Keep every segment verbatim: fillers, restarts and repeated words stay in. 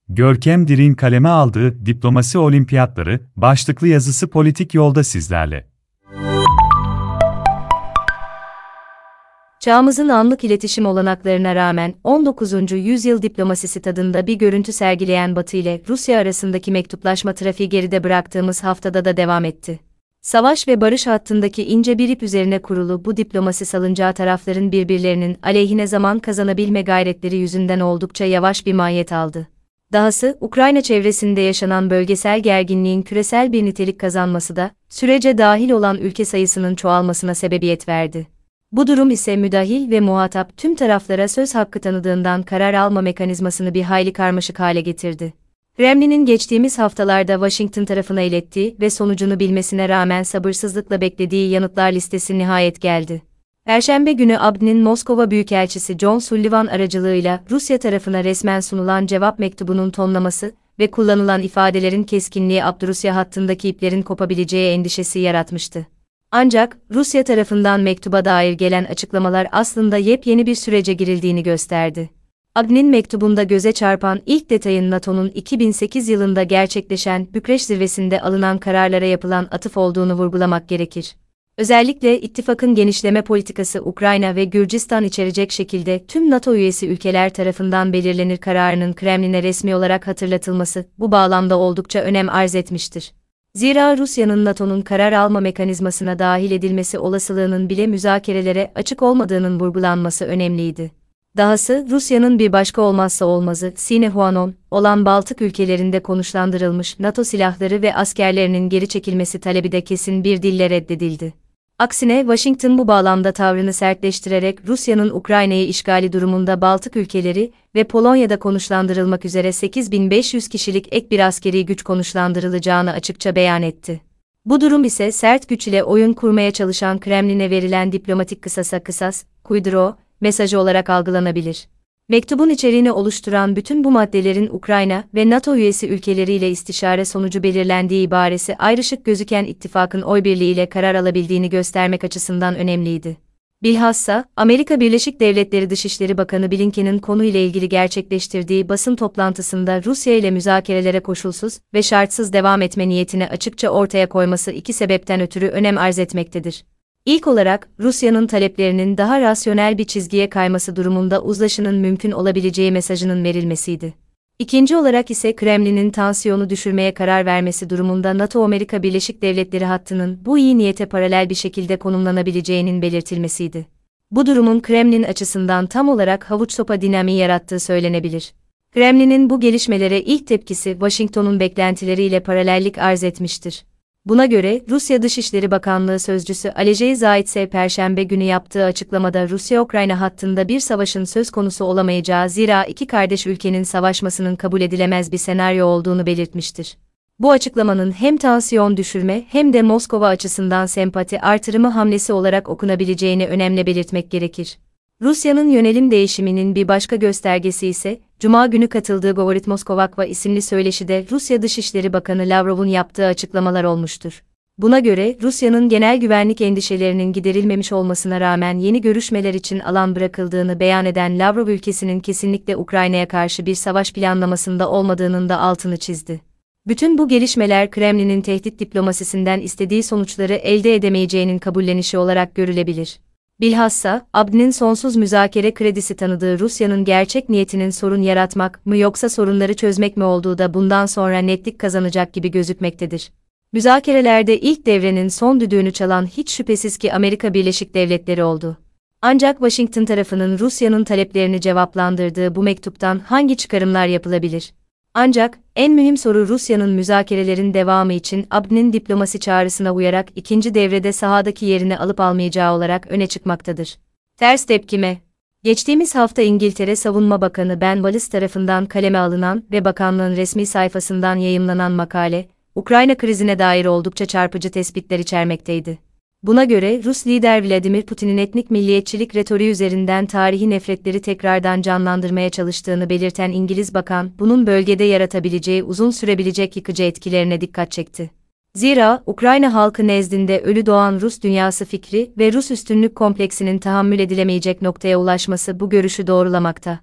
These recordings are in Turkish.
Görkem Dirik'in kaleme aldığı Diplomasi Olimpiyatları başlıklı yazısı politik yolda sizlerle. Çağımızın anlık iletişim olanaklarına rağmen on dokuzuncu yüzyıl diplomasisi tadında bir görüntü sergileyen Batı ile Rusya arasındaki mektuplaşma trafiği geride bıraktığımız haftada da devam etti. Savaş ve barış hattındaki ince bir ip üzerine kurulu bu diplomasi salıncağı tarafların birbirlerinin aleyhine zaman kazanabilme gayretleri yüzünden oldukça yavaş bir mahiyet aldı. Dahası, Ukrayna çevresinde yaşanan bölgesel gerginliğin küresel bir nitelik kazanması da, sürece dahil olan ülke sayısının çoğalmasına sebebiyet verdi. Bu durum ise müdahil ve muhatap tüm taraflara söz hakkı tanıdığından karar alma mekanizmasını bir hayli karmaşık hale getirdi. Kremlin'in geçtiğimiz haftalarda Washington tarafına ilettiği ve sonucunu bilmesine rağmen sabırsızlıkla beklediği yanıtlar listesi nihayet geldi. Perşembe günü A B D'nin Moskova Büyükelçisi John Sullivan aracılığıyla Rusya tarafına resmen sunulan cevap mektubunun tonlaması ve kullanılan ifadelerin keskinliği Abdurusya hattındaki iplerin kopabileceği endişesi yaratmıştı. Ancak, Rusya tarafından mektuba dair gelen açıklamalar aslında yepyeni bir sürece girildiğini gösterdi. A B D'nin mektubunda göze çarpan ilk detayın NATO'nun iki bin sekiz yılında gerçekleşen Bükreş zirvesinde alınan kararlara yapılan atıf olduğunu vurgulamak gerekir. Özellikle ittifakın genişleme politikası Ukrayna ve Gürcistan içerecek şekilde tüm NATO üyesi ülkeler tarafından belirlenir kararının Kremlin'e resmi olarak hatırlatılması bu bağlamda oldukça önem arz etmiştir. Zira Rusya'nın NATO'nun karar alma mekanizmasına dahil edilmesi olasılığının bile müzakerelere açık olmadığının vurgulanması önemliydi. Dahası Rusya'nın bir başka olmazsa olmazı sine qua non olan Baltık ülkelerinde konuşlandırılmış NATO silahları ve askerlerinin geri çekilmesi talebi de kesin bir dille reddedildi. Aksine Washington bu bağlamda tavrını sertleştirerek Rusya'nın Ukrayna'yı işgali durumunda Baltık ülkeleri ve Polonya'da konuşlandırılmak üzere sekiz bin beş yüz kişilik ek bir askeri güç konuşlandırılacağını açıkça beyan etti. Bu durum ise sert güç ile oyun kurmaya çalışan Kremlin'e verilen diplomatik kısasa kısas, kuduro mesajı olarak algılanabilir. Mektubun içeriğini oluşturan bütün bu maddelerin Ukrayna ve NATO üyesi ülkeleriyle istişare sonucu belirlendiği ibaresi ayrışık gözüken ittifakın oy birliğiyle karar alabildiğini göstermek açısından önemliydi. Bilhassa, Amerika Birleşik Devletleri Dışişleri Bakanı Blinken'in konuyla ilgili gerçekleştirdiği basın toplantısında Rusya ile müzakerelere koşulsuz ve şartsız devam etme niyetini açıkça ortaya koyması iki sebepten ötürü önem arz etmektedir. İlk olarak, Rusya'nın taleplerinin daha rasyonel bir çizgiye kayması durumunda uzlaşının mümkün olabileceği mesajının verilmesiydi. İkinci olarak ise Kremlin'in tansiyonu düşürmeye karar vermesi durumunda NATO-Amerika Birleşik Devletleri hattının bu iyi niyete paralel bir şekilde konumlanabileceğinin belirtilmesiydi. Bu durumun Kremlin açısından tam olarak havuç sopa dinamiği yarattığı söylenebilir. Kremlin'in bu gelişmelere ilk tepkisi Washington'un beklentileriyle paralellik arz etmiştir. Buna göre, Rusya Dışişleri Bakanlığı Sözcüsü Alexey Zaitsev Perşembe günü yaptığı açıklamada Rusya-Ukrayna hattında bir savaşın söz konusu olamayacağı zira iki kardeş ülkenin savaşmasının kabul edilemez bir senaryo olduğunu belirtmiştir. Bu açıklamanın hem tansiyon düşürme hem de Moskova açısından sempati artırımı hamlesi olarak okunabileceğini önemli belirtmek gerekir. Rusya'nın yönelim değişiminin bir başka göstergesi ise, Cuma günü katıldığı Govorit Moskovakva isimli söyleşide Rusya Dışişleri Bakanı Lavrov'un yaptığı açıklamalar olmuştur. Buna göre, Rusya'nın genel güvenlik endişelerinin giderilmemiş olmasına rağmen yeni görüşmeler için alan bırakıldığını beyan eden Lavrov ülkesinin kesinlikle Ukrayna'ya karşı bir savaş planlamasında olmadığının da altını çizdi. Bütün bu gelişmeler Kremlin'in tehdit diplomasisinden istediği sonuçları elde edemeyeceğinin kabullenişi olarak görülebilir. Bilhassa, A B D'nin sonsuz müzakere kredisi tanıdığı Rusya'nın gerçek niyetinin sorun yaratmak mı yoksa sorunları çözmek mi olduğu da bundan sonra netlik kazanacak gibi gözükmektedir. Müzakerelerde ilk devrenin son düdüğünü çalan hiç şüphesiz ki Amerika Birleşik Devletleri oldu. Ancak Washington tarafının Rusya'nın taleplerini cevaplandırdığı bu mektuptan hangi çıkarımlar yapılabilir? Ancak, en mühim soru Rusya'nın müzakerelerin devamı için A B D'nin diplomasi çağrısına uyarak ikinci devrede sahadaki yerini alıp almayacağı olarak öne çıkmaktadır. Ters tepkime. Geçtiğimiz hafta İngiltere Savunma Bakanı Ben Wallace tarafından kaleme alınan ve bakanlığın resmi sayfasından yayımlanan makale, Ukrayna krizine dair oldukça çarpıcı tespitler içermekteydi. Buna göre Rus lider Vladimir Putin'in etnik milliyetçilik retoriği üzerinden tarihi nefretleri tekrardan canlandırmaya çalıştığını belirten İngiliz bakan, bunun bölgede yaratabileceği uzun sürebilecek yıkıcı etkilerine dikkat çekti. Zira, Ukrayna halkı nezdinde ölü doğan Rus dünyası fikri ve Rus üstünlük kompleksinin tahammül edilemeyecek noktaya ulaşması bu görüşü doğrulamakta.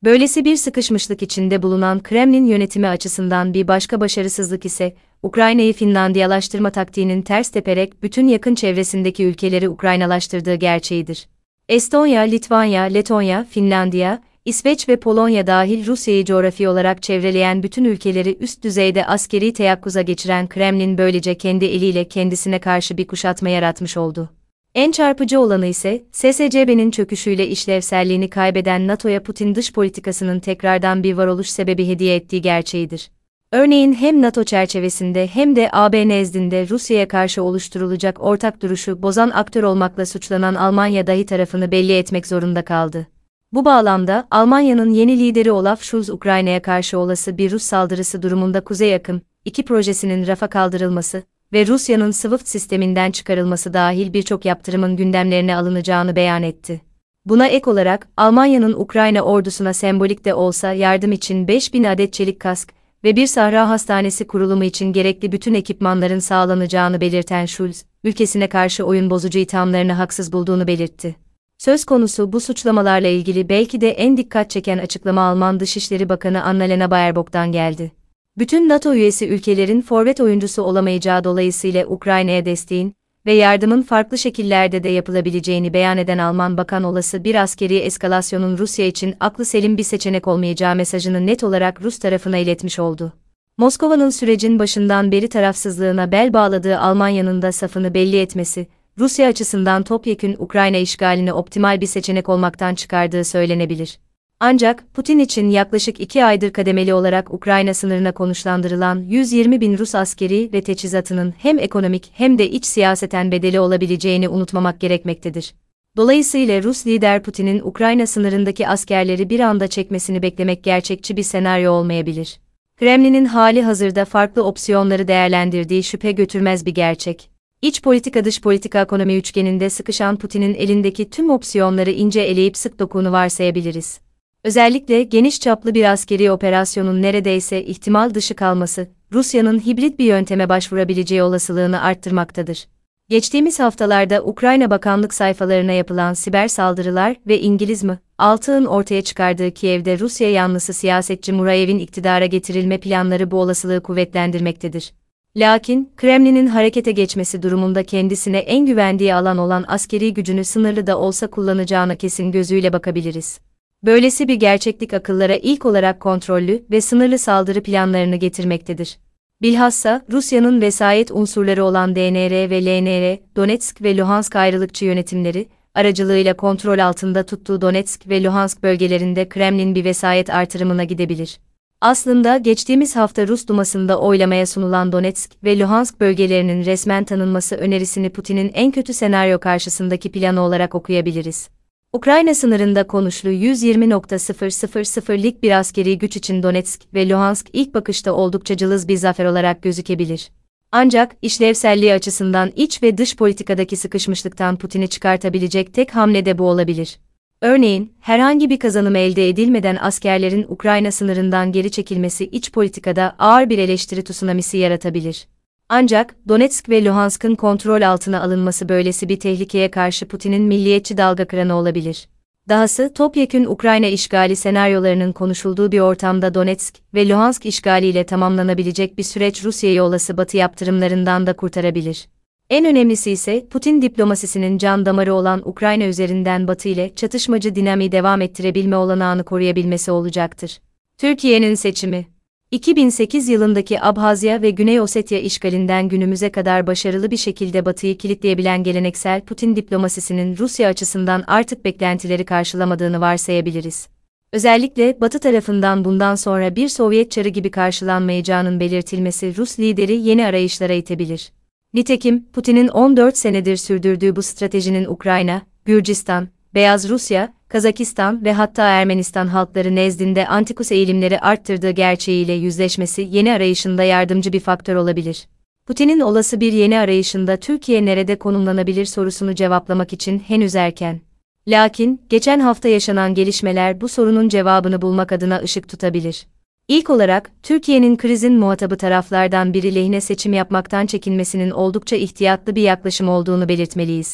Böylesi bir sıkışmışlık içinde bulunan Kremlin yönetimi açısından bir başka başarısızlık ise, Ukrayna'yı Finlandiyalaştırma taktiğinin ters teperek bütün yakın çevresindeki ülkeleri Ukraynalaştırdığı gerçeğidir. Estonya, Litvanya, Letonya, Finlandiya, İsveç ve Polonya dahil Rusya'yı coğrafi olarak çevreleyen bütün ülkeleri üst düzeyde askeri teyakkuza geçiren Kremlin böylece kendi eliyle kendisine karşı bir kuşatma yaratmış oldu. En çarpıcı olanı ise, S S C B'nin çöküşüyle işlevselliğini kaybeden NATO'ya Putin dış politikasının tekrardan bir varoluş sebebi hediye ettiği gerçeğidir. Örneğin hem NATO çerçevesinde hem de A B nezdinde Rusya'ya karşı oluşturulacak ortak duruşu bozan aktör olmakla suçlanan Almanya dahi tarafını belli etmek zorunda kaldı. Bu bağlamda, Almanya'nın yeni lideri Olaf Scholz Ukrayna'ya karşı olası bir Rus saldırısı durumunda Kuzey Akım iki projesinin rafa kaldırılması ve Rusya'nın SWIFT sisteminden çıkarılması dahil birçok yaptırımın gündemlerine alınacağını beyan etti. Buna ek olarak, Almanya'nın Ukrayna ordusuna sembolik de olsa yardım için beş bin adet çelik kask ve bir Sahra Hastanesi kurulumu için gerekli bütün ekipmanların sağlanacağını belirten Scholz, ülkesine karşı oyun bozucu ithamlarını haksız bulduğunu belirtti. Söz konusu bu suçlamalarla ilgili belki de en dikkat çeken açıklama Alman Dışişleri Bakanı Annalena Baerbock'tan geldi. Bütün NATO üyesi ülkelerin forvet oyuncusu olamayacağı dolayısıyla Ukrayna'ya desteğin ve yardımın farklı şekillerde de yapılabileceğini beyan eden Alman Bakan olası bir askeri eskalasyonun Rusya için aklı selim bir seçenek olmayacağı mesajını net olarak Rus tarafına iletmiş oldu. Moskova'nın sürecin başından beri tarafsızlığına bel bağladığı Almanya'nın da safını belli etmesi, Rusya açısından topyekün Ukrayna işgalini optimal bir seçenek olmaktan çıkardığı söylenebilir. Ancak, Putin için yaklaşık iki aydır kademeli olarak Ukrayna sınırına konuşlandırılan yüz yirmi bin Rus askeri ve teçhizatının hem ekonomik hem de iç siyaseten bedeli olabileceğini unutmamak gerekmektedir. Dolayısıyla Rus lider Putin'in Ukrayna sınırındaki askerleri bir anda çekmesini beklemek gerçekçi bir senaryo olmayabilir. Kremlin'in hali hazırda farklı opsiyonları değerlendirdiği şüphe götürmez bir gerçek. İç politika dış politika ekonomi üçgeninde sıkışan Putin'in elindeki tüm opsiyonları ince eleyip sık dokuğunu varsayabiliriz. Özellikle geniş çaplı bir askeri operasyonun neredeyse ihtimal dışı kalması, Rusya'nın hibrit bir yönteme başvurabileceği olasılığını arttırmaktadır. Geçtiğimiz haftalarda Ukrayna bakanlık sayfalarına yapılan siber saldırılar ve İngiliz mi altının ortaya çıkardığı Kiev'de Rusya yanlısı siyasetçi Murayev'in iktidara getirilme planları bu olasılığı kuvvetlendirmektedir. Lakin, Kremlin'in harekete geçmesi durumunda kendisine en güvendiği alan olan askeri gücünü sınırlı da olsa kullanacağına kesin gözüyle bakabiliriz. Böylesi bir gerçeklik akıllara ilk olarak kontrollü ve sınırlı saldırı planlarını getirmektedir. Bilhassa, Rusya'nın vesayet unsurları olan D N R ve L N R, Donetsk ve Luhansk ayrılıkçı yönetimleri, aracılığıyla kontrol altında tuttuğu Donetsk ve Luhansk bölgelerinde Kremlin bir vesayet artırımına gidebilir. Aslında geçtiğimiz hafta Rus Duması'nda oylamaya sunulan Donetsk ve Luhansk bölgelerinin resmen tanınması önerisini Putin'in en kötü senaryo karşısındaki planı olarak okuyabiliriz. Ukrayna sınırında konuşlu yüz yirmi binlik bir askeri güç için Donetsk ve Luhansk ilk bakışta oldukça cılız bir zafer olarak gözükebilir. Ancak, işlevselliği açısından iç ve dış politikadaki sıkışmışlıktan Putin'i çıkartabilecek tek hamle de bu olabilir. Örneğin, herhangi bir kazanım elde edilmeden askerlerin Ukrayna sınırından geri çekilmesi iç politikada ağır bir eleştiri tsunamisi yaratabilir. Ancak, Donetsk ve Luhansk'ın kontrol altına alınması böylesi bir tehlikeye karşı Putin'in milliyetçi dalga kıranı olabilir. Dahası, topyekün Ukrayna işgali senaryolarının konuşulduğu bir ortamda Donetsk ve Luhansk işgaliyle tamamlanabilecek bir süreç Rusya'yı olası Batı yaptırımlarından da kurtarabilir. En önemlisi ise Putin diplomasisinin can damarı olan Ukrayna üzerinden Batı ile çatışmacı dinamiği devam ettirebilme olanağını koruyabilmesi olacaktır. Türkiye'nin seçimi iki bin sekiz yılındaki Abhazya ve Güney Ossetya işgalinden günümüze kadar başarılı bir şekilde Batı'yı kilitleyebilen geleneksel Putin diplomasisinin Rusya açısından artık beklentileri karşılamadığını varsayabiliriz. Özellikle Batı tarafından bundan sonra bir Sovyet çarı gibi karşılanmayacağının belirtilmesi Rus lideri yeni arayışlara itebilir. Nitekim, Putin'in on dört senedir sürdürdüğü bu stratejinin Ukrayna, Gürcistan, Beyaz Rusya, Kazakistan ve hatta Ermenistan halkları nezdinde antikus eğilimleri arttırdığı gerçeğiyle yüzleşmesi yeni arayışında yardımcı bir faktör olabilir. Putin'in olası bir yeni arayışında Türkiye nerede konumlanabilir sorusunu cevaplamak için henüz erken. Lakin, geçen hafta yaşanan gelişmeler bu sorunun cevabını bulmak adına ışık tutabilir. İlk olarak, Türkiye'nin krizin muhatabı taraflardan biri lehine seçim yapmaktan çekinmesinin oldukça ihtiyatlı bir yaklaşım olduğunu belirtmeliyiz.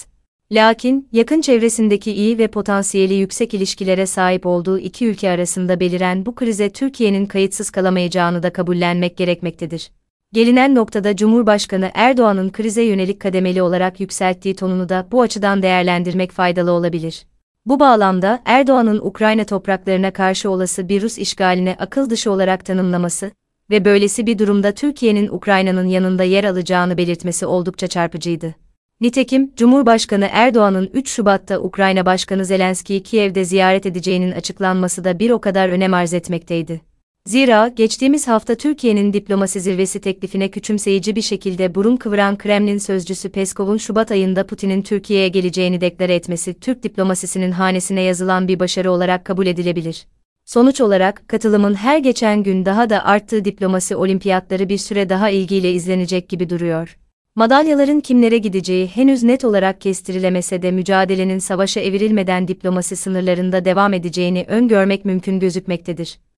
Lakin, yakın çevresindeki iyi ve potansiyeli yüksek ilişkilere sahip olduğu iki ülke arasında beliren bu krize Türkiye'nin kayıtsız kalamayacağını da kabullenmek gerekmektedir. Gelinen noktada Cumhurbaşkanı Erdoğan'ın krize yönelik kademeli olarak yükselttiği tonunu da bu açıdan değerlendirmek faydalı olabilir. Bu bağlamda Erdoğan'ın Ukrayna topraklarına karşı olası bir Rus işgaline akıl dışı olarak tanımlaması ve böylesi bir durumda Türkiye'nin Ukrayna'nın yanında yer alacağını belirtmesi oldukça çarpıcıydı. Nitekim, Cumhurbaşkanı Erdoğan'ın üç Şubat'ta Ukrayna Başkanı Zelenski'yi Kiev'de ziyaret edeceğinin açıklanması da bir o kadar önem arz etmekteydi. Zira, geçtiğimiz hafta Türkiye'nin diplomasi zirvesi teklifine küçümseyici bir şekilde burun kıvıran Kremlin sözcüsü Peskov'un Şubat ayında Putin'in Türkiye'ye geleceğini deklare etmesi Türk diplomasisinin hanesine yazılan bir başarı olarak kabul edilebilir. Sonuç olarak, katılımın her geçen gün daha da arttığı diplomasi olimpiyatları bir süre daha ilgiyle izlenecek gibi duruyor. Madalyaların kimlere gideceği henüz net olarak kestirilemese de mücadelenin savaşa evrilmeden diplomasi sınırlarında devam edeceğini öngörmek mümkün gözükmektedir.